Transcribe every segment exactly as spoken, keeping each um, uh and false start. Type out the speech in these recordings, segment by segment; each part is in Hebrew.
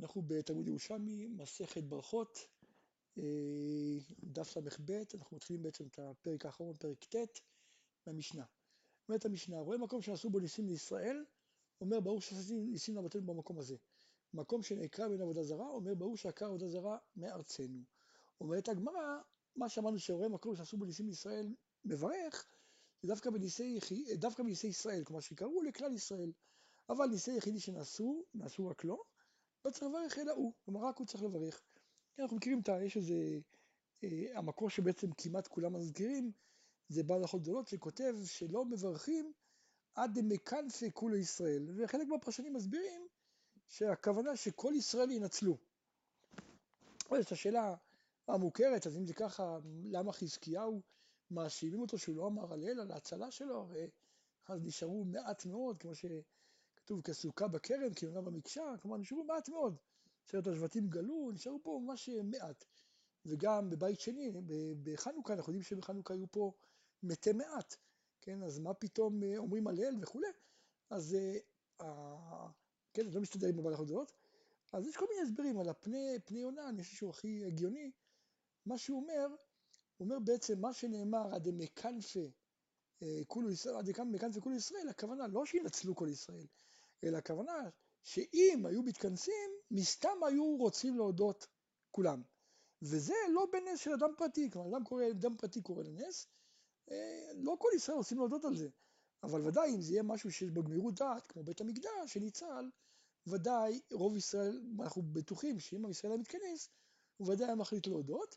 אנחנו בתלמוד ירושלמי, מסכת ברכות, דף ס"ב, אנחנו מתחילים בעצם את הפרק האחרון, פרק ט' מהמשנה. אומרת המשנה, רואה מקום שעשו בו ניסים לישראל, אומר ברור שעשיתי ניסים לאבותינו במקום הזה. מקום שנעקרה בין עבודה זרה, אומר ברור שעקר עבודה זרה מארצנו. אומרת הגמרא, מה שאמרנו שרואה מקום שעשו בו ניסים לישראל מברך, זה דווקא בניסי, דווקא בניסי ישראל, כמו שקראו לכלל ישראל. אבל ניסי יחידי שנעשו, נעשו רק לא, לא צריך לברך אלא הוא, כלומר רק הוא צריך לברך. אנחנו מכירים את ה... יש איזה... אה, המקור שבעצם כמעט כולם מזכירים, זה בעל הלכות גדולות שכותב שלא מברכים עד דמקנפי כולו ישראל, וחלק מהפרשנים מסבירים שהכוונה שכל ישראל ינצלו. זאת השאלה המוכרת, אז אם זה ככה, למה חזקיהו מאשימים אותו שהוא לא אמר הלל על ההצלה שלו, אז נשארו מעט מאוד, כמו שכתוב כסוכה בכרם, כהונה במקשה, כלומר נשארו מעט מאוד. עשרת השבטים גלו, נשארו פה ממש מעט. וגם בבית שני, בחנוכה, אנחנו יודעים שבחנוכה היו פה מתי מעט, כן, אז מה פתאום אומרים הלל וכו'. אז כן, זה לא מסתדר עם הבעל החודות. אז יש כל מיני הסברים על הפני, פני יונה, אני חושב שהוא הכי הגיוני. מה שהוא אומר, הוא אומר בעצם מה שנאמר עד מקנפי כולו ישראל, עד מקנפי כולו ישראל, הכוונה לא שינצלו כל ישראל, אלא הכוונה שאם היו מתכנסים, מסתם היו רוצים להודות כולם. וזה לא בנס של אדם פרטי, כלומר אדם, קורא, אדם פרטי קורא לנס, לא כל ישראל רוצים להודות על זה, אבל ודאי אם זה יהיה משהו שיש בו גמירות דעת, כמו בית המקדש שניצל, ודאי רוב ישראל, אנחנו בטוחים שאם ישראל היה מתכנס, הוא ודאי היה מחליט להודות,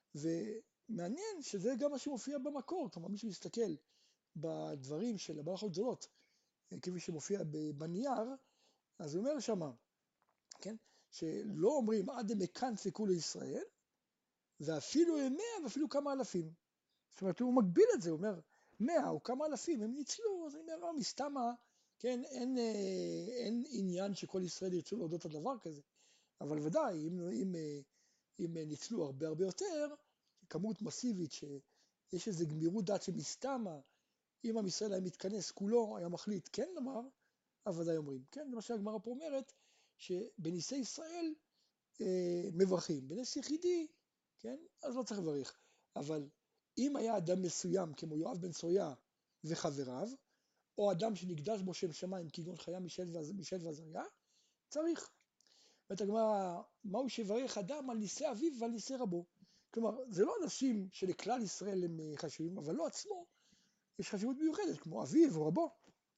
ומעניין שזה גם מה שמופיע במקור, כלומר מי שמסתכל בדברים של הבעל הלכות גדולות, כפי שמופיע בנייר, אז הוא אומר שמה, כן, שלא אומרים עד דמקנפי כולו ישראל, ואפילו מאה ואפילו כמה אלפים. זאת אומרת, הוא מגביל את זה, הוא אומר, מאה או כמה אלפים, הם ניצלו, אז אני אומר, לא, מסתמה, כן, אין, אין עניין שכל ישראל ירצו להודות על דבר כזה, אבל ודאי, אם, אם, אם ניצלו הרבה הרבה יותר, כמות מסיבית שיש איזו גמירות דעת שמסתמה, אם עם ישראל היה מתכנס כולו, היה מחליט כן לומר, אז ודאי אומרים, כן, זה מה שהגמרא פה אומרת, שבניסי ישראל אה, מברכים, בנס יחידי, כן, אז לא צריך לברך, אבל אם היה אדם מסוים כמו יואב בן צרויה וחבריו, או אדם שנקדש בו שם שמיים כגון חיה מישל ועזריה, צריך. ואת הגמרא, מהו שברך אדם על ניסי אביו ועל ניסי רבו? כלומר, זה לא אנשים שלכלל ישראל הם חשובים, אבל לא עצמו, יש חשיבות מיוחדת, כמו אביו או רבו.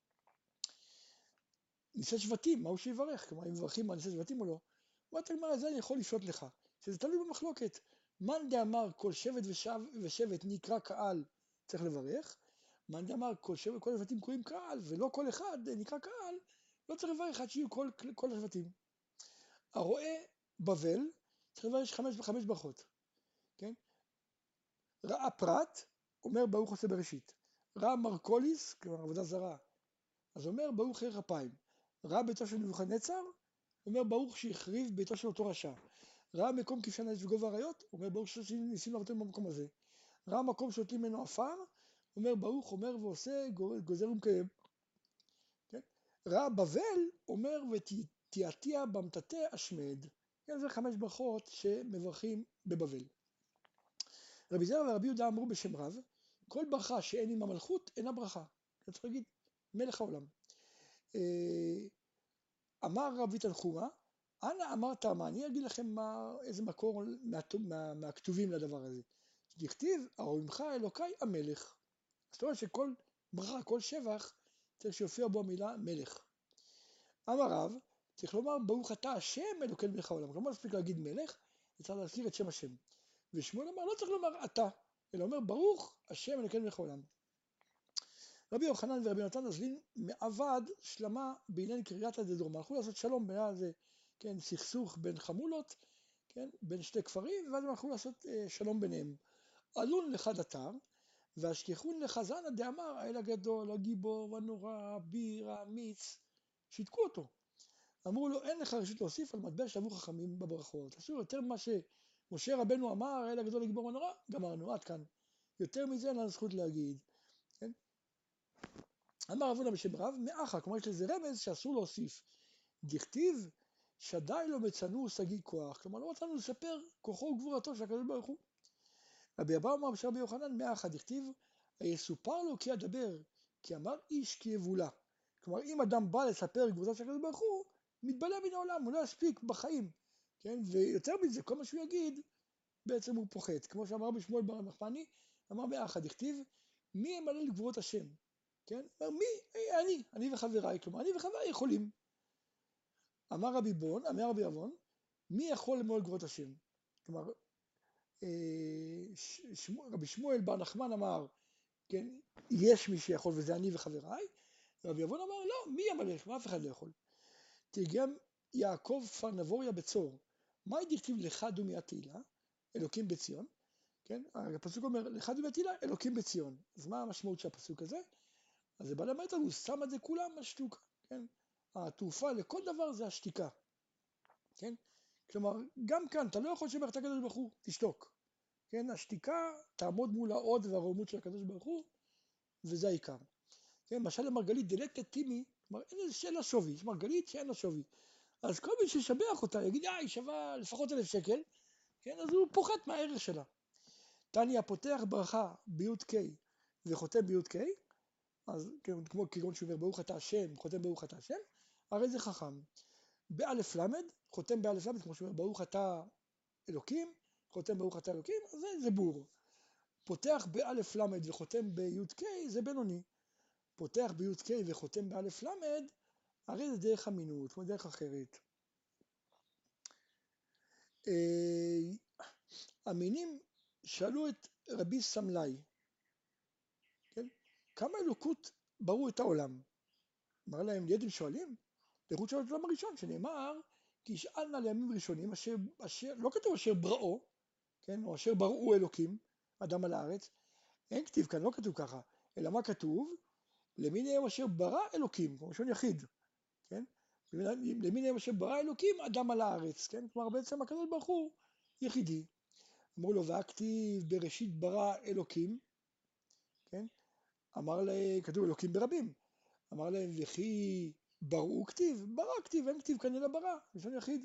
ניסי שבטים, מהו שיברך? כלומר, אם מברכים על ניסי שבטים או לא? ואת הגמרא, זה אני יכול לשאול לך, שזה תלוי במחלוקת. מאן דאמר כל שבט ושבט נקרא קהל צריך לברך, מאן דאמר כל שבט כל השבטים קוראים קהל ולא כל אחד נקרא קהל, לא צריך לברך עד שיהיו כל, כל השבטים. הרואה בבל צריך לברך חמש וחמש ברכות, כן? ראה פרט, אומר ברוך עושה בראשית. ראה מרקוליס, כלומר עבודה זרה, אז אומר ברוך חרב אפיים. ראה ביתו של נבוכדנצר, אומר ברוך שהחריב ביתו של אותו רשע. ראה מקום כבשן האש וגובה האריות, אומר ברוך שניסים לאבותינו במקום הזה. ראה מקום שותלים ממנו עפר, אומר ברוך אומר ועושה גוזר ומקיים. כן? ראה בבל, אומר ותיעתיע במטאטא אשמד. כן, זה חמש ברכות שמברכים בבבל. רבי זרע ורבי יהודה אמרו בשם רב, כל ברכה שאין עם המלכות אינה ברכה. אתה צריך להגיד מלך העולם. אמר רבי תנחומה, אנא אמרת מה, אני אגיד לכם מה, איזה מקור מה, מה, מהכתובים לדבר הזה. דכתיב, הרוממך אלוקיי המלך. זאת אומרת שכל ברכה, כל שבח, צריך שיופיע בו המילה מלך. אמר רב, צריך לומר ברוך אתה השם אלוקי מלך העולם. לא מספיק להגיד מלך, צריך להזכיר את שם השם. ושמואל אמר, לא צריך לומר אתה, אלא אומר ברוך השם אלוקי מלך העולם. רבי יוחנן ורבי נתן נזלין מעבד שלמה בעניין קרייתא דדורמה. הלכו לעשות שלום בין הזה, כן, סכסוך בין חמולות, כן, בין שתי כפרים, ואז הם הלכו לעשות אה, שלום ביניהם. עלון לך דתר, והשכחון לך זנא דאמר, האל הגדול, הגיבור, הנורא, האביר, האמיץ, שיתקו אותו. אמרו לו, אין לך רשות להוסיף על מטבע שאמרו חכמים בברכות. עשו יותר ממה שמשה רבנו אמר, האל הגדול, הגיבור, הנורא, גמרנו, עד כאן. יותר מזה אין לנו זכות להגיד. כן? אמר רב הונא בשם רב, מאחה, כלומר יש לזה רמז שאסור להוסיף. דכתיב שדי לא מצאנו שגיא כוח, כלומר לא רצינו לספר כוחו וגבורתו של הקדוש ברוך הוא. רבי אבאו אמר בשם רבי יוחנן מאה אחד דכתיב, יסופר לו כי אדבר, כי אמר איש כי יבולע. כלומר אם אדם בא לספר גבורתו של הקדוש ברוך הוא, מתבלע מן העולם, הוא לא יספיק בחיים, כן? ויותר מזה, כל מה שהוא יגיד, בעצם הוא פוחת. כמו שאמר רבי שמואל בר נחמני, אמר מאה אחד דכתיב, מי ימלא לגבורות השם? כן? אומר, מי? אני, אני וחבריי, כלומר אני וחבריי יכולים. אמר רבי בון, אמר רבי אבון, מי יכול למלוא לגבורות השם? כלומר, רבי שמואל בר נחמן אמר, כן, יש מי שיכול וזה אני וחבריי, רבי אבון אמר, לא, מי המלך? אף אחד לא יכול. תרגם יעקב פרנבוריה בצור, מה דכתיב לך דומיה תהילה? אלוקים בציון, כן? הפסוק אומר, לך דומיה תהילה, אלוקים בציון. אז מה המשמעות של הפסוק הזה? אז זה בא ללמד אותנו, שם את זה כולם השתוקה, כן? התרופה לכל דבר זה השתיקה, כן? כלומר, גם כאן, אתה לא יכול שברך את הקדוש ברוך הוא, תשתוק. כן, השתיקה תעמוד מול העוד והרוממות של הקדוש ברוך הוא, וזה העיקר. כן, למשל למרגלית דלקת טימי, כלומר אין איזה שאלה שווי, יש מרגלית שאין לה שווי. אז כל מי שישבח אותה יגיד, אה, היא שווה לפחות אלף שקל, כן, אז הוא פוחת מהערך שלה. תניא פותח ברכה ביוד קיי וחותם ביוד קיי, אז כן, כמו כגון שאומר ברוך אתה השם, חותם ברוך אתה השם, הרי זה חכם. באלף למד, חותם באלף למד, כמו שאומר ברוך אתה אלוקים, חותם ברוך אתה אלוקים, אז זה, זה בור. פותח באלף למד וחותם ביוד קיי, זה בינוני. פותח ביוד קיי וחותם באלף למד, הרי זה דרך אמינות, כמו דרך אחרת. המינים שאלו את רבי סמלאי, כן? כמה אלוקות בראו את העולם? אמר להם, לידים שואלים? לכות שואלת את העולם הראשון, שנאמר, כי ישאלנה לימים ראשונים, אשר, אשר, לא כתוב אשר בראו, כן? או אשר בראו אלוקים, אדם על הארץ, אין כתיב כאן, לא כתוב ככה, אלא מה כתוב? למין הם אשר ברא אלוקים, כמו ראשון יחיד, כן? למין הם אשר ברא אלוקים, אדם על הארץ, כן? כלומר בעצם הקדוש ברוך הוא יחידי. אמרו לו, והכתיב בראשית ברא אלוקים, כן? אמר להם, כתוב אלוקים ברבים, אמר להם, וכי בראו כתיב? ברא כתיב, אין כתיב כאן אלא ברא, ראשון יחיד.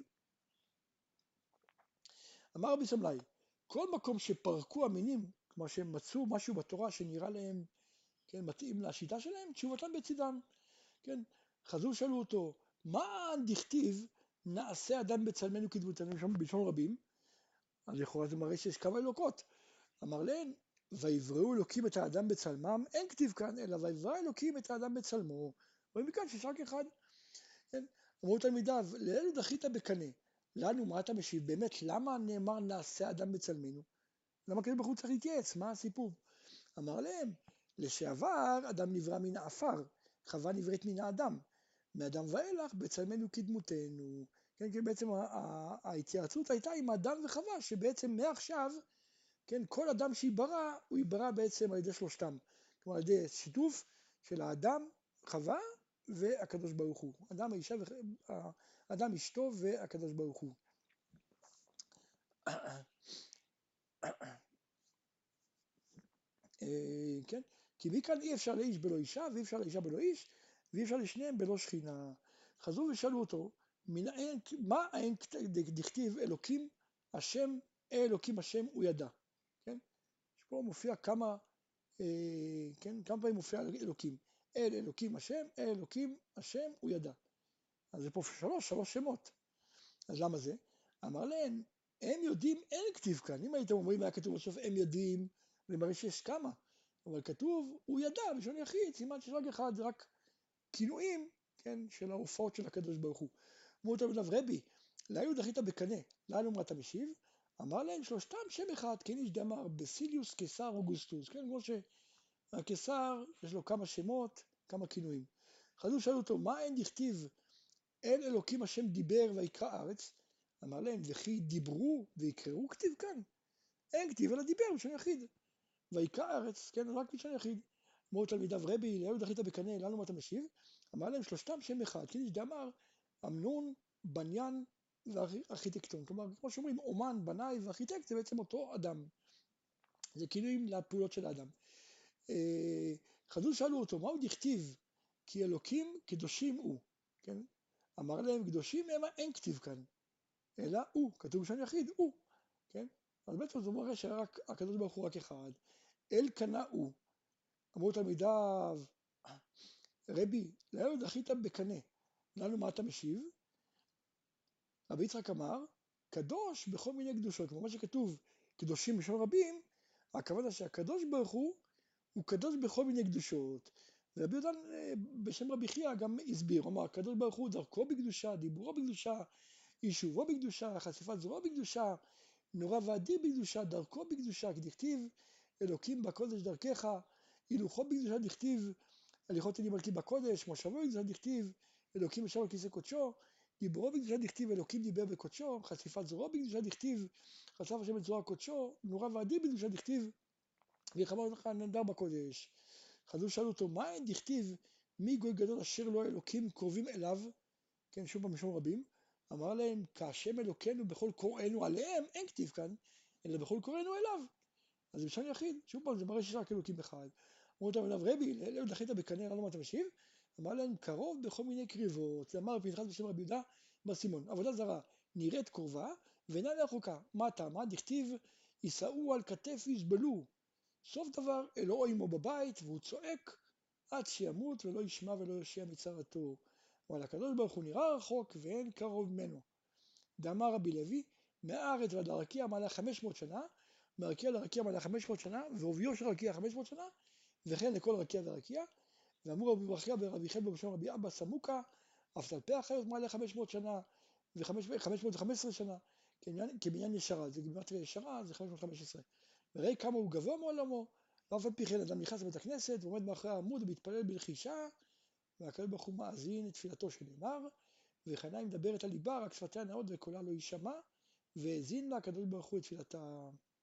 אמר רבי סמלאי, כל מקום שפרקו המינים, כלומר שהם מצאו משהו בתורה שנראה להם, כן, מתאים לשיטה שלהם, תשובתם בצדם, כן? חזרו שאלו אותו, מה דכתיב נעשה אדם בצלמנו כדמותנו, שם בלשון רבים, אז לכאורה זה מראה שיש כמה אלוקות. אמר להם, ויבראו אלוקים את האדם בצלמם, אין כתיב כאן, אלא ויברא אלוקים את האדם בצלמו. רואים מכאן שיש רק אחד. כן? אמרו תלמידיו, לאלו דחית בקנה, לנו מה אתה משיב? באמת, למה נאמר נעשה אדם בצלמנו? למה כדי בחוץ צריך להתייעץ? מה הסיפור? אמר להם, לשעבר אדם נברא מן האפר, חווה נבראת מן האדם, מאדם ואילך בצלמנו כדמותנו. כן, כי בעצם ההתייעצות הייתה עם אדם וחווה, שבעצם מעכשיו, כן, כל אדם שיברא, הוא יברא בעצם על ידי שלושתם. כלומר, על ידי שיתוף של האדם, חווה והקדוש ברוך הוא. אדם, האישה, אדם, אשתו והקדוש ברוך הוא. כן? כי מכאן אי אפשר לאיש בלא אישה, ואי אפשר לאישה בלא איש, ואי אפשר לשניהם בלא שכינה. חזרו ושאלו אותו, מה האין דכתיב אלוקים השם, אלוקים השם הוא ידע. כן? שפה מופיע כמה, כן? כמה פעמים מופיע אלוקים. אל אלוקים השם, אל אלוקים השם הוא ידע. אז זה פה שלוש, שלוש שמות. אז למה זה? אמר להם, הם יודעים, אין כתיב כאן. אם הייתם אומרים, היה כתוב בסוף, הם יודעים, זה מראה שיש כמה. אבל כתוב, הוא ידע, בשון יחיד, סימן שיש רק אחד, זה רק כינויים, כן, של ההופעות של הקדוש ברוך הוא. אמרו תלמידיו, רבי, לאילו דחית בקנה, לנו מה אתה משיב? אמר להם, שלושתם שם אחד, כן איש דאמר, בסיליוס, קיסר, אוגוסטוס, כן, כמו שהקיסר, יש לו כמה שמות, כמה כינויים. חזרו שאלו אותו, מה אין דכתיב, אל אלוקים השם דיבר ויקרא ארץ? אמר להם, וכי דיברו ויקראו כתיב כאן? אין כתיב, אלא דיבר בשון יחיד. ויקרא ארץ, כן, רק בשון יחיד. אמרו תלמידיו, רבי, לאילו דחית בקנה, לנו מה אתה משיב? אמר להם, שלושתם שם אחד, כן איש דאמר, אמנון, בניין וארכיטקטון. כלומר, כמו שאומרים, אומן, בנאי וארכיטקט, זה בעצם אותו אדם. זה כינויים לפעולות של האדם. חזרו שאלו אותו, מהו דכתיב? כי אלוקים קדושים הוא, כן? אמר להם קדושים המה, אין כתיב כאן, אלא הוא, כתוב שם יחיד, הוא, כן? אז בעצם זה מראה שרק הקדוש ברוך הוא רק אחד, אל קנה הוא. אמרו תלמידיו, רבי, למה דחית בקנה? לנו מה אתה משיב? רבי יצחק אמר, קדוש בכל מיני קדושות, כמו מה שכתוב, קדושים בשם רבים, הכוונה שהקדוש ברוך הוא, הוא קדוש בכל מיני קדושות. ורבי יהודה בשם רבי חייא גם הסביר, הוא אמר, הקדוש ברוך הוא דרכו בקדושה, דיבורו בקדושה, יישובו בקדושה, חשיפת זרועו בקדושה, נורא ואדיר בקדושה, דרכו בקדושה, כי דכתיב אלוקים בקודש דרכך, הילוכו בקדושה דכתיב, הליכות אלי מלכי בקודש, מושבו בקדושה דכתיב, אלוקים ישב על כיסא קודשו, דיברו בקדושה דכתיב, אלוקים דיבר בקודשו, חשיפת זרועו בקדושה דכתיב, חשף השם את זרוע קודשו, נורא ואדיר בקדושה דכתיב, ויחבר לך נהדר בקודש. חז"ל שאלו אותו, מה אין דכתיב, מי גוי גדול אשר לא אלוקים קרובים אליו, כן, שוב במשום רבים, אמר להם, כהשם אלוקינו בכל קוראינו עליהם, אין כתיב כאן, אלא בכל קוראינו אליו. אז זה בשם יחיד, שוב פעם, זה מראה שיש רק אלוקים אחד. אמרו אותם אליו, רבי, לאלה דחית בקנה, לא מה אתה משיב? אמר להם, קרוב בכל מיני קריבות, אמר פנחס בשם רבי יהודה בר סימון, עבודה זרה, נראית קרובה, ואינה רחוקה. מה טעמה? דכתיב, יישאו על כתף ויסבלו. סוף דבר, אלוהי עמו בבית, והוא צועק עד שימות ולא ישמע ולא יושיע מצרתו. אבל הקדוש ברוך הוא נראה רחוק ואין קרוב ממנו. דאמר רבי לוי, מהארץ ועד הרקיע מעלה חמש מאות שנה, מהרקיע לרקיע מעלה חמש מאות שנה, ועוביו של רקיע חמש מאות שנה, וכן לכל רקיע ורקיע. ואמרו רבי ברכיה ורבי חלבו בשם רבי אבא סמוקה, אף תלפי החיות מעלה חמש מאות שנה, ו-חמש מאות וחמש עשרה שנה, כבניין ישרה, זה גימטריה ישרה, זה חמש מאות וחמש עשרה. וראי כמה הוא גבוה מעולמו, ואף על פי כן אדם נכנס לבית הכנסת, ועומד מאחורי העמוד ומתפלל בלחישה, והקדוש ברוך הוא מאזין את תפילתו שנאמר, וחנה מדברת על ליבה, רק שפתיה נאות וקולה לא יישמע, והאזין לה הקדוש ברוך הוא את תפילתה.